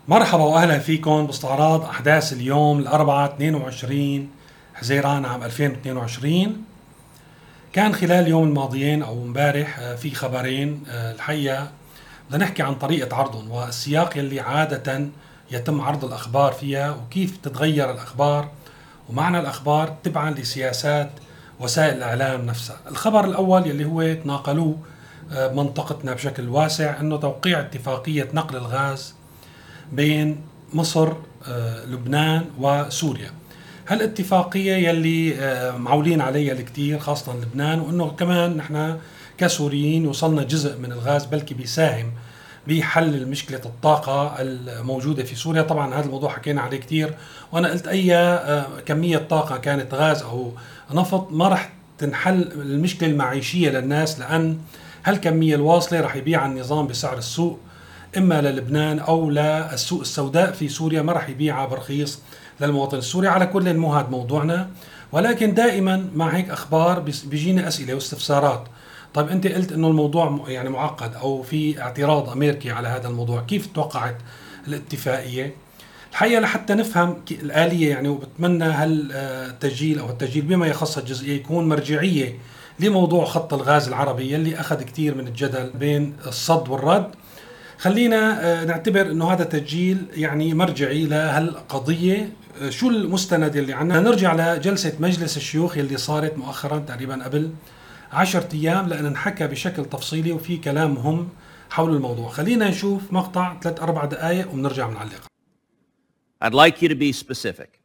مرحبا واهلا فيكم باستعراض احداث اليوم الاربعاء 22 حزيران عام 2022. كان خلال اليوم الماضيين او امبارح في خبرين الحقيقه بدنا نحكي عن طريقه عرضهم والسياق يلي عاده يتم عرض الاخبار فيها وكيف تتغير الاخبار ومعنى الاخبار تبعا لسياسات وسائل الاعلام نفسها. الخبر الاول يلي هو تناقلوه بمنطقتنا بشكل واسع انه توقيع اتفاقيه نقل الغاز بين مصر لبنان وسوريا. هالاتفاقية يلي معولين عليها الكثير خاصة لبنان، وانه كمان نحن كسوريين وصلنا جزء من الغاز بلكي بيساهم بحل مشكلة الطاقة الموجودة في سوريا. طبعا هذا الموضوع حكينا عليه كثير، وانا قلت اي كمية طاقة كانت غاز او نفط ما رح تنحل المشكلة المعيشية للناس، لان هالكمية الواصلة رح يبيع النظام بسعر السوق إما للبنان أو للسوق السوداء في سوريا، ما رح يبيعها برخيص للمواطن السوري. على كل مو هذا موضوعنا، ولكن دائما مع هيك أخبار بيجينا أسئلة واستفسارات. طيب أنت قلت إنه الموضوع يعني معقد أو في اعتراض أمريكي على هذا الموضوع، كيف توقعت الاتفاقية؟ الحقيقة لحتى نفهم الآلية يعني، وبتمنى هالتسجيل أو التسجيل بما يخص الجزئية يكون مرجعية لموضوع خط الغاز العربي يلي أخذ كثير من الجدل بين الصد والرد. خلينا نعتبر انه هذا تسجيل يعني مرجعي لهالقضيه. شو المستند اللي عندنا؟ نرجع لجلسه مجلس الشيوخ اللي صارت مؤخرا تقريبا قبل 10 ايام، لان انحكى بشكل تفصيلي وفي كلام مهم حول الموضوع. خلينا نشوف مقطع 3-4 دقائق وبنرجع بنعلق. I'd like you to be specific.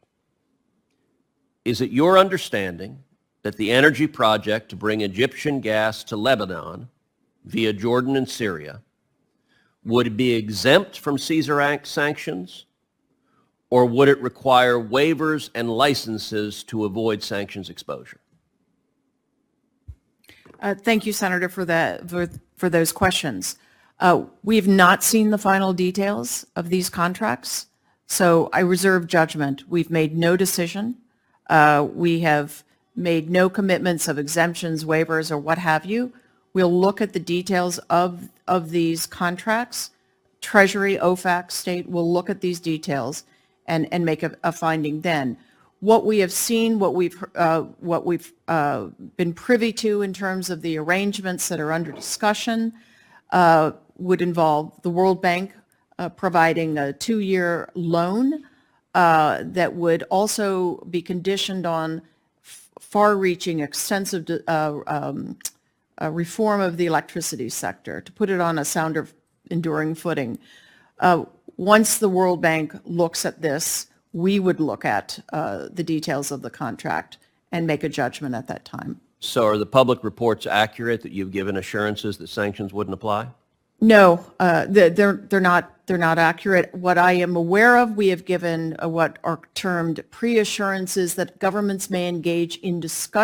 Is it your understanding that the energy project to bring Egyptian gas to Lebanon via Jordan and Syria would be exempt from Caesar Act sanctions, or would it require waivers and licenses to avoid sanctions exposure? Thank you, Senator, for those questions. We've not seen the final details of these contracts, so I reserve judgment. We've made no decision. We have made no commitments of exemptions, waivers, or what have you. We'll look at the details of these contracts. Treasury, OFAC, State will look at these details and make a finding then. What we have seen, what we've been privy to in terms of the arrangements that are under discussion would involve the World Bank providing a 2-year loan that would also be conditioned on far-reaching, extensive reform of the electricity sector, to put it on a sound of enduring footing. Once the World Bank looks at this, we would look at the details of the contract and make a judgment at that time. So are the public reports accurate that you've given assurances that sanctions wouldn't apply? No, they're not accurate. What I am aware of, we have given what are termed pre-assurances that governments may engage in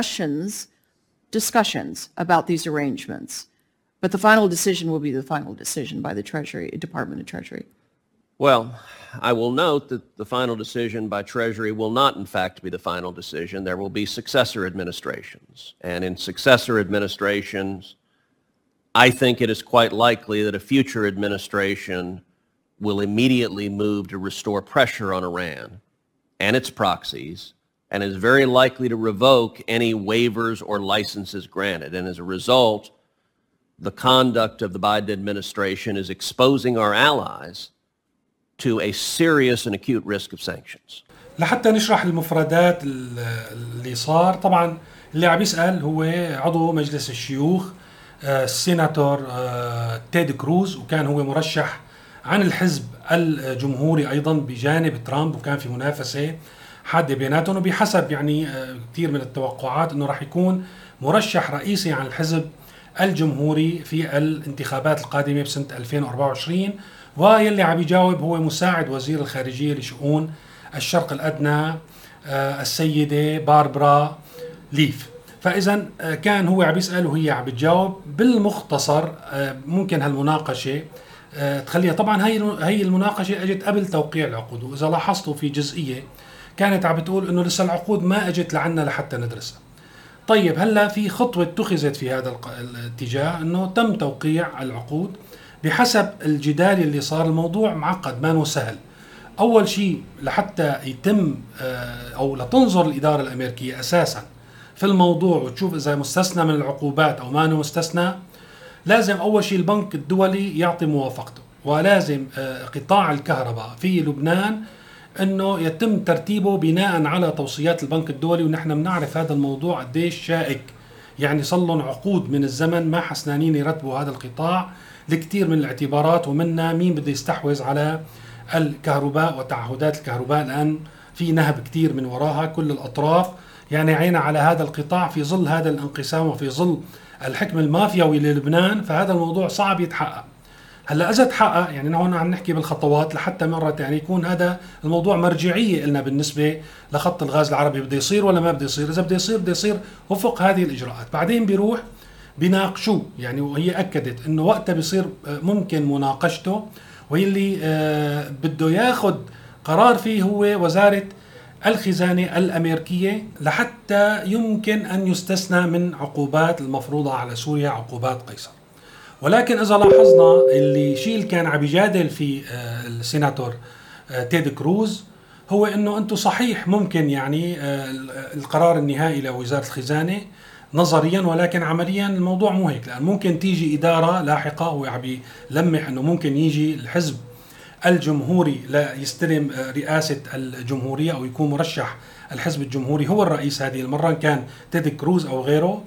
discussions about these arrangements. But the final decision will be the final decision by the Department of Treasury. Well, I will note that the final decision by Treasury will not, in fact, be the final decision. There will be successor administrations. And in successor administrations, I think it is quite likely that a future administration will immediately move to restore pressure on Iran and its proxies, and is very likely to revoke any waivers or licenses granted. And as a result, the conduct of the Biden administration is exposing our allies to a serious and acute risk of sanctions. لحتى نشرح المفردات اللي صار، طبعا اللي عم يسأل هو عضو مجلس الشيوخ السيناتور تيد كروز، وكان هو مرشح عن الحزب الجمهوري أيضا بجانب ترامب، وكان في منافسة حادة بيناتهم، وبحسب يعني كثير من التوقعات أنه راح يكون مرشح رئيسي عن الحزب الجمهوري في الانتخابات القادمة بسنة 2024. ويلي عم يجاوب هو مساعد وزير الخارجية لشؤون الشرق الأدنى السيدة باربرا ليف. فإذا كان هو عم يسأل وهي عم بتجاوب. بالمختصر ممكن هالمناقشة تخليها، طبعا هي المناقشة اجت قبل توقيع العقود، وإذا لاحظتوا في جزئية كانت عم بتقول إنه لسه العقود ما اجت لعنا لحتى ندرسها. طيب هلا في خطوة اتخذت في هذا الاتجاه، إنه تم توقيع العقود. بحسب الجدال اللي صار الموضوع معقد، ما هو سهل، أول شيء لحتى يتم أو لتنظر الإدارة الأمريكية أساسا في الموضوع وتشوف إذا مستثنى من العقوبات أو ما أنه مستثنى، لازم أول شيء البنك الدولي يعطي موافقته، ولازم قطاع الكهرباء في لبنان أنه يتم ترتيبه بناء على توصيات البنك الدولي. ونحن بنعرف هذا الموضوع قديش شائك، يعني صار لهم عقود من الزمن ما حسنانين يرتبوا هذا القطاع لكثير من الاعتبارات، ومنها مين بده يستحوذ على الكهرباء وتعهدات الكهرباء، لأن في نهب كثير من وراها كل الأطراف يعني عينا على هذا القطاع في ظل هذا الانقسام وفي ظل الحكم المافيوي للبنان. فهذا الموضوع صعب يتحقق. هلا اذا تحقق، يعني هون عم نحكي بالخطوات لحتى مرة يعني يكون هذا الموضوع مرجعية لنا بالنسبة لخط الغاز العربي، بده يصير ولا ما بده يصير. اذا بده يصير وفق هذه الاجراءات. بعدين بيروح بيناقشوه، يعني وهي اكدت انه وقتها بيصير ممكن مناقشته، واللي بده ياخذ قرار فيه هو وزارة الخزانة الأمريكية لحتى يمكن أن يستثنى من عقوبات المفروضة على سوريا، عقوبات قيصر. ولكن إذا لاحظنا اللي شيء كان عم يجادل في السيناتور تيد كروز هو إنه أنتم صحيح ممكن يعني القرار النهائي لوزارة الخزانة نظريا، ولكن عمليا الموضوع مو هيك، لأن ممكن تيجي إدارة لاحقة. هو عم يلمح إنه ممكن يجي الحزب الجمهوري لا يستلم رئاسة الجمهورية أو يكون مرشح الحزب الجمهوري هو الرئيس هذه المرة، كان تيد كروز أو غيره،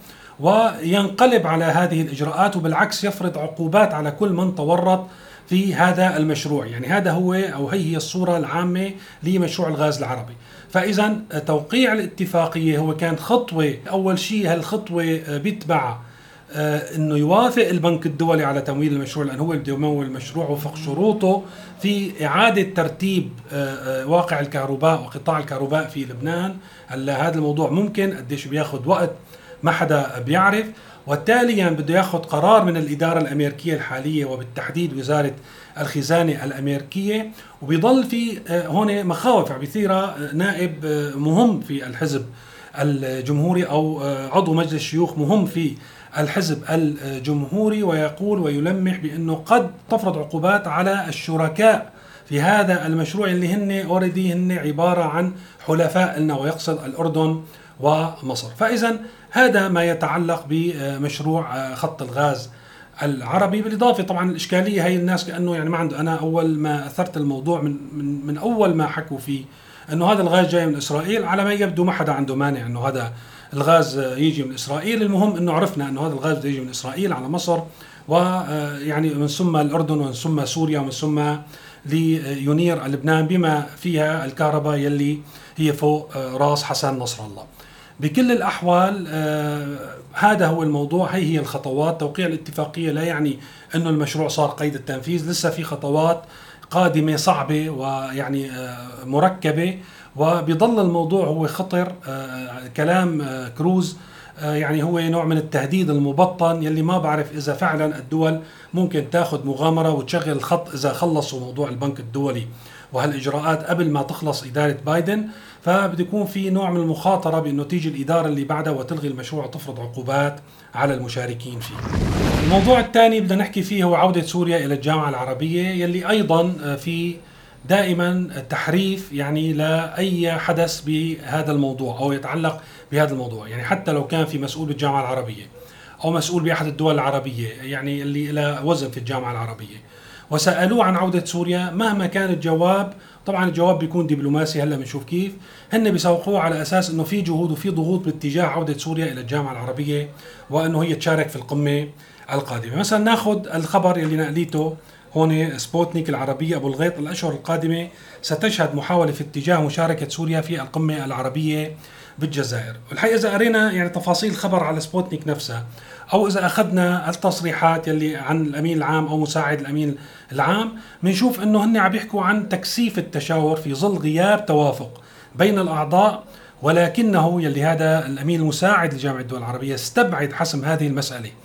وينقلب على هذه الإجراءات وبالعكس يفرض عقوبات على كل من تورط في هذا المشروع. يعني هذا هو أو هي الصورة العامة لمشروع الغاز العربي. فإذا توقيع الاتفاقية هو كان خطوة. أول شيء هالخطوة بيتبع انه يوافق البنك الدولي على تمويل المشروع، لان هو بده يمول المشروع وفق شروطه في اعاده ترتيب واقع الكهرباء وقطاع الكهرباء في لبنان. هلا هذا الموضوع ممكن قديش بياخذ وقت ما حدا بيعرف، وتاليا بده ياخذ قرار من الاداره الامريكيه الحاليه وبالتحديد وزاره الخزانه الامريكيه. وبيضل في هون مخاوف بيثيرها نائب مهم في الحزب الجمهوري او عضو مجلس الشيوخ مهم في الحزب الجمهوري، ويقول ويلمح بأنه قد تفرض عقوبات على الشركاء في هذا المشروع اللي هن عبارة عن حلفاء لنا، ويقصد الأردن ومصر. فإذا هذا ما يتعلق بمشروع خط الغاز العربي. بالإضافة طبعا الإشكالية هي الناس كأنه يعني ما عنده. أنا أول ما أثرت الموضوع من أول ما حكوا فيه أنه هذا الغاز جاي من إسرائيل، على ما يبدو ما حدا عنده مانع أنه هذا الغاز يجي من إسرائيل. المهم أنه عرفنا أنه هذا الغاز يجي من إسرائيل على مصر، ويعني من ثم الأردن ومن ثم سوريا ومن ثم لينير لبنان بما فيها الكهرباء يلي هي فوق راس حسن نصر الله. بكل الأحوال هذا هو الموضوع، هي الخطوات. توقيع الاتفاقية لا يعني أنه المشروع صار قيد التنفيذ، لسه في خطوات قادمة صعبة ويعني مركبة، وبيضل الموضوع هو خطر. كلام كروز يعني هو نوع من التهديد المبطن يلي ما بعرف إذا فعلا الدول ممكن تاخذ مغامرة وتشغل الخط إذا خلصوا موضوع البنك الدولي وهالإجراءات قبل ما تخلص إدارة بايدن. فبده يكون في نوع من المخاطرة بأنه تيجي الإدارة اللي بعدها وتلغي المشروع وتفرض عقوبات على المشاركين فيه. الموضوع الثاني بدنا نحكي فيه هو عودة سوريا إلى الجامعة العربية، يلي أيضا في دائما تحريف يعني لأي حدث بهذا الموضوع أو يتعلق بهذا الموضوع. يعني حتى لو كان في مسؤول بالجامعة العربية أو مسؤول بأحد الدول العربية يعني اللي له وزن في الجامعة العربية وسألوه عن عودة سوريا، مهما كان الجواب، طبعا الجواب بيكون دبلوماسي. هلا بنشوف كيف هن بيسوقوه على أساس أنه في جهود وفي ضغوط باتجاه عودة سوريا إلى الجامعة العربية وأنه هي تشارك في القمة القادمة. مثلا ناخذ الخبر اللي نقليته هون سبوتنيك العربية أبو الغيط: الأشهر القادمة ستشهد محاولة في اتجاه مشاركة سوريا في القمة العربية بالجزائر. والحقيقة إذا قرينا يعني تفاصيل الخبر على سبوتنيك نفسها، أو إذا أخذنا التصريحات يلي عن الأمين العام أو مساعد الأمين العام، بنشوف إنه هن عم يحكوا عن تكثيف التشاور في ظل غياب توافق بين الأعضاء. ولكنه يلي هذا الأمين المساعد لجامعة الدول العربية استبعد حسم هذه المسألة،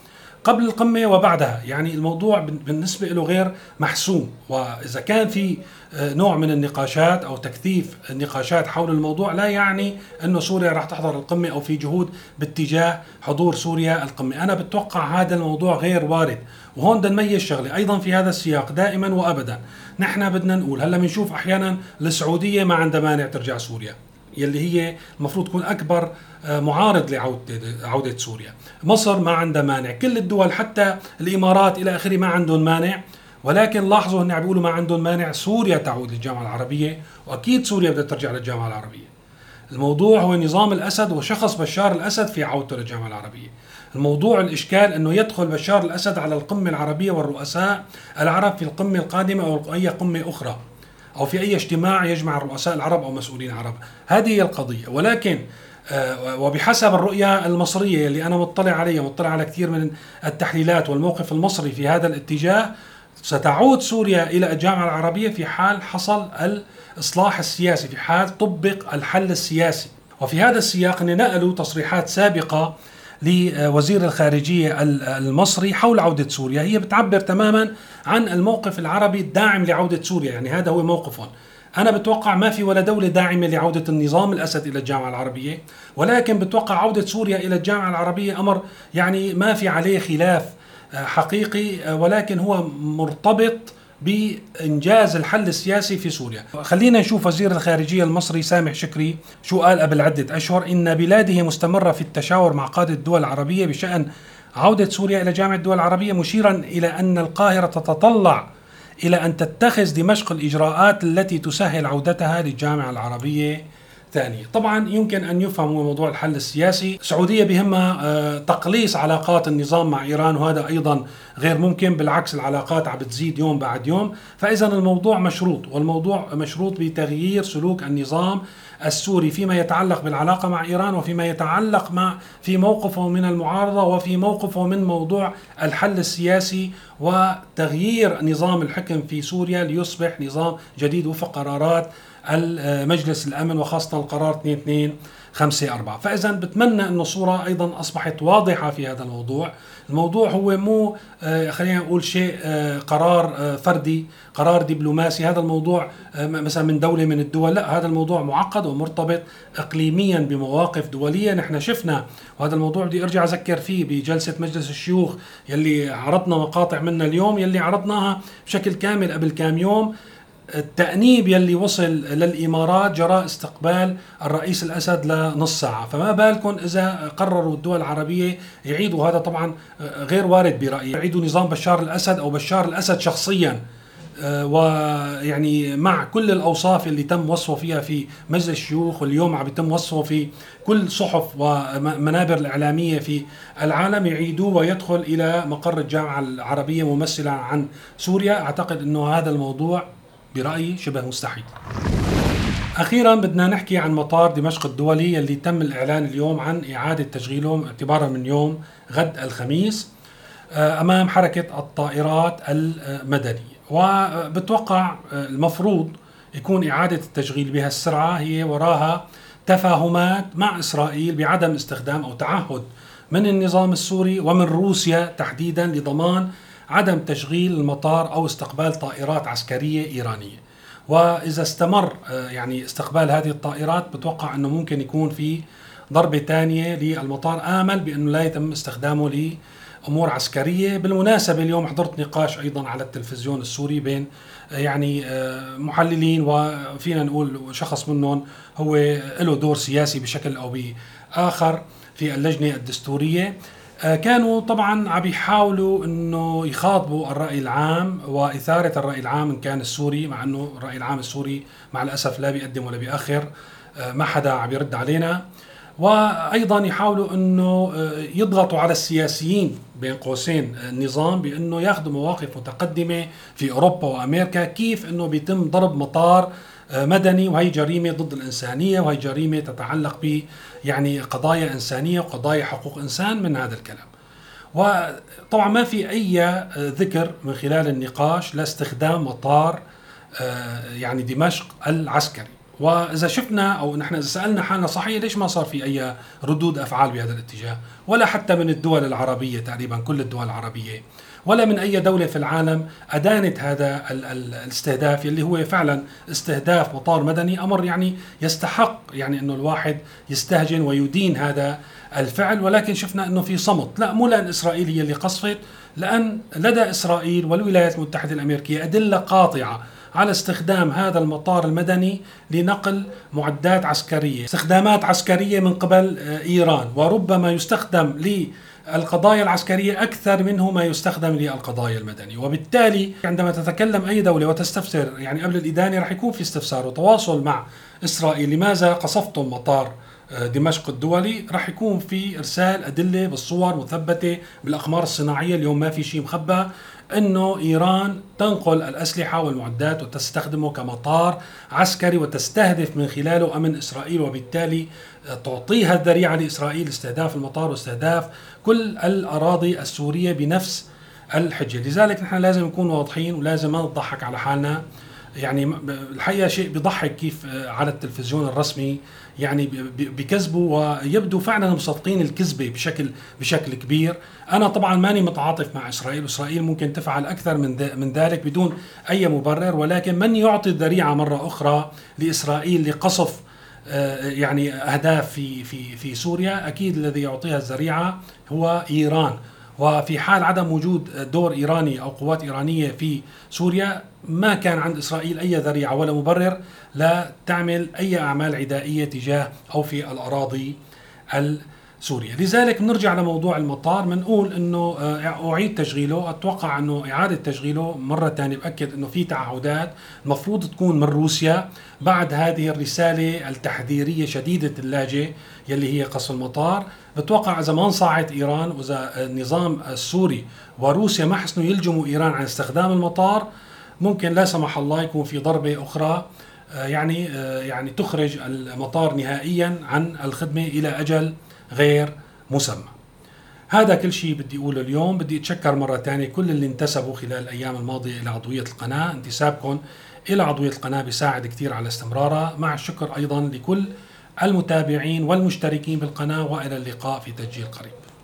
قبل القمة وبعدها. يعني الموضوع بالنسبة له غير محسوم، وإذا كان في نوع من النقاشات أو تكثيف النقاشات حول الموضوع لا يعني أنه سوريا راح تحضر القمة أو في جهود باتجاه حضور سوريا القمة. أنا بتوقع هذا الموضوع غير وارد. وهون بدنا نميز شغلة أيضا في هذا السياق دائما وأبدا. نحن بدنا نقول هلا بنشوف أحيانا السعودية ما عندها مانع ترجع سوريا، يلي هي المفروض تكون أكبر معارض لعودة سوريا. مصر ما عندها مانع، كل الدول حتى الإمارات إلى آخره ما عندهم مانع. ولكن لاحظوا هن بيقولوا ما عندهم مانع سوريا تعود للجامعة العربية، وأكيد سوريا بدها ترجع للجامعة العربية. الموضوع هو نظام الأسد وشخص بشار الأسد في عودته للجامعة العربية. الموضوع الإشكال أنه يدخل بشار الأسد على القمة العربية والرؤساء العرب في القمة القادمة أو أي قمة أخرى، أو في أي اجتماع يجمع الرؤساء العرب أو مسؤولين عرب. هذه هي القضية. ولكن وبحسب الرؤية المصرية اللي أنا مطلع عليها، مطلع على كثير من التحليلات والموقف المصري في هذا الاتجاه، ستعود سوريا إلى الجامعة العربية في حال حصل الإصلاح السياسي، في حال طبق الحل السياسي. وفي هذا السياق نقلوا تصريحات سابقة لوزير الخارجية المصري حول عودة سوريا، هي بتعبر تماما عن الموقف العربي الداعم لعودة سوريا. يعني هذا هو موقفهم. أنا بتوقع ما في ولا دولة داعمة لعودة النظام الأسد إلى الجامعة العربية، ولكن بتوقع عودة سوريا إلى الجامعة العربية أمر يعني ما في عليه خلاف حقيقي، ولكن هو مرتبط بإنجاز الحل السياسي في سوريا. خلينا نشوف وزير الخارجية المصري سامح شكري شو قال قبل عدة أشهر: إن بلاده مستمرة في التشاور مع قادة الدول العربية بشأن عودة سوريا إلى جامعة الدول العربية، مشيرا إلى أن القاهرة تتطلع إلى أن تتخذ دمشق الإجراءات التي تسهل عودتها للجامعة العربية ثانية. طبعا يمكن أن يفهم موضوع الحل السياسي. السعودية بهمها تقليص علاقات النظام مع إيران، وهذا أيضا غير ممكن، بالعكس العلاقات عم بتزيد يوم بعد يوم. فإذا الموضوع مشروط، والموضوع مشروط بتغيير سلوك النظام السوري فيما يتعلق بالعلاقة مع إيران، وفيما يتعلق في موقفه من المعارضة، وفي موقفه من موضوع الحل السياسي وتغيير نظام الحكم في سوريا ليصبح نظام جديد وفق قرارات المجلس الأمن، وخاصة القرار 2254. فإذا بتمنى أن الصورة أيضا أصبحت واضحة في هذا الموضوع. الموضوع هو مو خلينا نقول شيء قرار فردي، قرار دبلوماسي. هذا الموضوع مثلا من دولة من الدول، لا، هذا الموضوع معقد ومرتبط إقليميا بمواقف دولية. نحن شفنا، وهذا الموضوع بدي أرجع أذكر فيه، بجلسة مجلس الشيوخ يلي عرضنا مقاطع منها اليوم، يلي عرضناها بشكل كامل قبل كام يوم، التأنيب يلي وصل للإمارات جراء استقبال الرئيس الأسد لنص ساعة. فما بالكم إذا قرروا الدول العربية يعيدوا، هذا طبعا غير وارد برأيي، يعيدوا نظام بشار الأسد أو بشار الأسد شخصيا، ويعني مع كل الأوصاف اللي تم وصفه فيها في مجلس الشيوخ، واليوم عم يتم وصفه في كل صحف ومنابر الإعلامية في العالم، يعيدوه ويدخل إلى مقر الجامعة العربية ممثلا عن سوريا. أعتقد أنه هذا الموضوع برأيي شبه مستحيل. أخيرا بدنا نحكي عن مطار دمشق الدولي اللي تم الإعلان اليوم عن إعادة تشغيله اعتبارا من يوم غد الخميس أمام حركة الطائرات المدنية. وبتوقع المفروض يكون إعادة التشغيل بهالسرعة هي وراها تفاهمات مع إسرائيل بعدم استخدام أو تعهد من النظام السوري ومن روسيا تحديدا لضمان عدم تشغيل المطار أو استقبال طائرات عسكرية إيرانية. وإذا استمر يعني استقبال هذه الطائرات، بتوقع أنه ممكن يكون في ضربة ثانية للمطار، آمل بأنه لا يتم استخدامه لأمور عسكرية. بالمناسبة اليوم حضرت نقاش أيضا على التلفزيون السوري بين يعني محللين، وفينا نقول شخص منهم هو له دور سياسي بشكل أو بآخر في اللجنة الدستورية. كانوا طبعا عم يحاولوا انه يخاطبوا الرأي العام وإثارة الرأي العام ان كان السوري، مع انه الرأي العام السوري مع الأسف لا بيقدم ولا بيأخر، ما حدا عم يرد علينا. وأيضا يحاولوا انه يضغطوا على السياسيين بين قوسين النظام بانه ياخذوا مواقف متقدمة في أوروبا وأمريكا، كيف انه بيتم ضرب مطار مدني، وهي جريمة ضد الإنسانية، وهي جريمة تتعلق ب يعني قضايا إنسانية وقضايا حقوق إنسان من هذا الكلام. وطبعا ما في أي ذكر من خلال النقاش لاستخدام مطار يعني دمشق العسكري. وإذا شفنا أو نحن إذا سألنا حالنا صحيح ليش ما صار في أي ردود أفعال بهذا الاتجاه، ولا حتى من الدول العربية، تقريبا كل الدول العربية، ولا من أي دولة في العالم أدانت هذا الاستهداف اللي هو فعلا استهداف مطار مدني، أمر يعني يستحق يعني أنه الواحد يستهجن ويدين هذا الفعل. ولكن شفنا أنه في صمت، لا مو لأن إسرائيل هي اللي قصفت، لأن لدى إسرائيل والولايات المتحدة الأمريكية أدلة قاطعة على استخدام هذا المطار المدني لنقل معدات عسكرية، استخدامات عسكرية من قبل إيران، وربما يستخدم للقضايا العسكرية أكثر منه ما يستخدم للقضايا المدنية. وبالتالي عندما تتكلم أي دولة وتستفسر يعني قبل الإدانة رح يكون في استفسار وتواصل مع إسرائيل، لماذا قصفتم مطار دمشق الدولي؟ رح يكون في إرسال أدلة بالصور مثبتة بالأقمار الصناعية. اليوم ما في شيء مخبى أنه إيران تنقل الأسلحة والمعدات وتستخدمه كمطار عسكري وتستهدف من خلاله أمن إسرائيل، وبالتالي تعطيها الذريعة لإسرائيل استهداف المطار واستهداف كل الأراضي السورية بنفس الحجة. لذلك نحن لازم نكون واضحين ولازم ما نضحك على حالنا. يعني الحقيقة شيء بيضحك كيف على التلفزيون الرسمي يعني بكذبوا ويبدو فعلا مصدقين الكذبة بشكل كبير. أنا طبعا ماني متعاطف مع إسرائيل، وإسرائيل ممكن تفعل أكثر من ذلك بدون أي مبرر، ولكن من يعطي الذريعة مرة أخرى لإسرائيل لقصف يعني أهداف في سوريا، أكيد الذي يعطيها الذريعة هو إيران. وفي حال عدم وجود دور إيراني أو قوات إيرانية في سوريا ما كان عند إسرائيل أي ذريعة ولا مبرر لا تعمل أي أعمال عدائية تجاه أو في الأراضي السورية. لذلك بنرجع لموضوع المطار، بنقول أنه أعيد تشغيله. أتوقع أنه إعادة تشغيله مرة ثانية بأكد أنه في تعهدات مفروض تكون من روسيا بعد هذه الرسالة التحذيرية شديدة اللهجة يلي هي قصف المطار. بتوقع إذا ما انصاعت إيران وإذا النظام السوري وروسيا ما حسنوا يلجموا إيران عن استخدام المطار، ممكن لا سمح الله يكون في ضربة أخرى يعني تخرج المطار نهائيا عن الخدمة إلى أجل غير مسمى. هذا كل شيء بدي أقوله اليوم. بدي أتشكر مرة ثانية كل اللي انتسبوا خلال الأيام الماضية إلى عضوية القناة. انتسابكم إلى عضوية القناة بيساعد كثير على استمرارها، مع الشكر أيضا لكل المتابعين والمشتركين بالقناة، وإلى اللقاء في تسجيل قريب.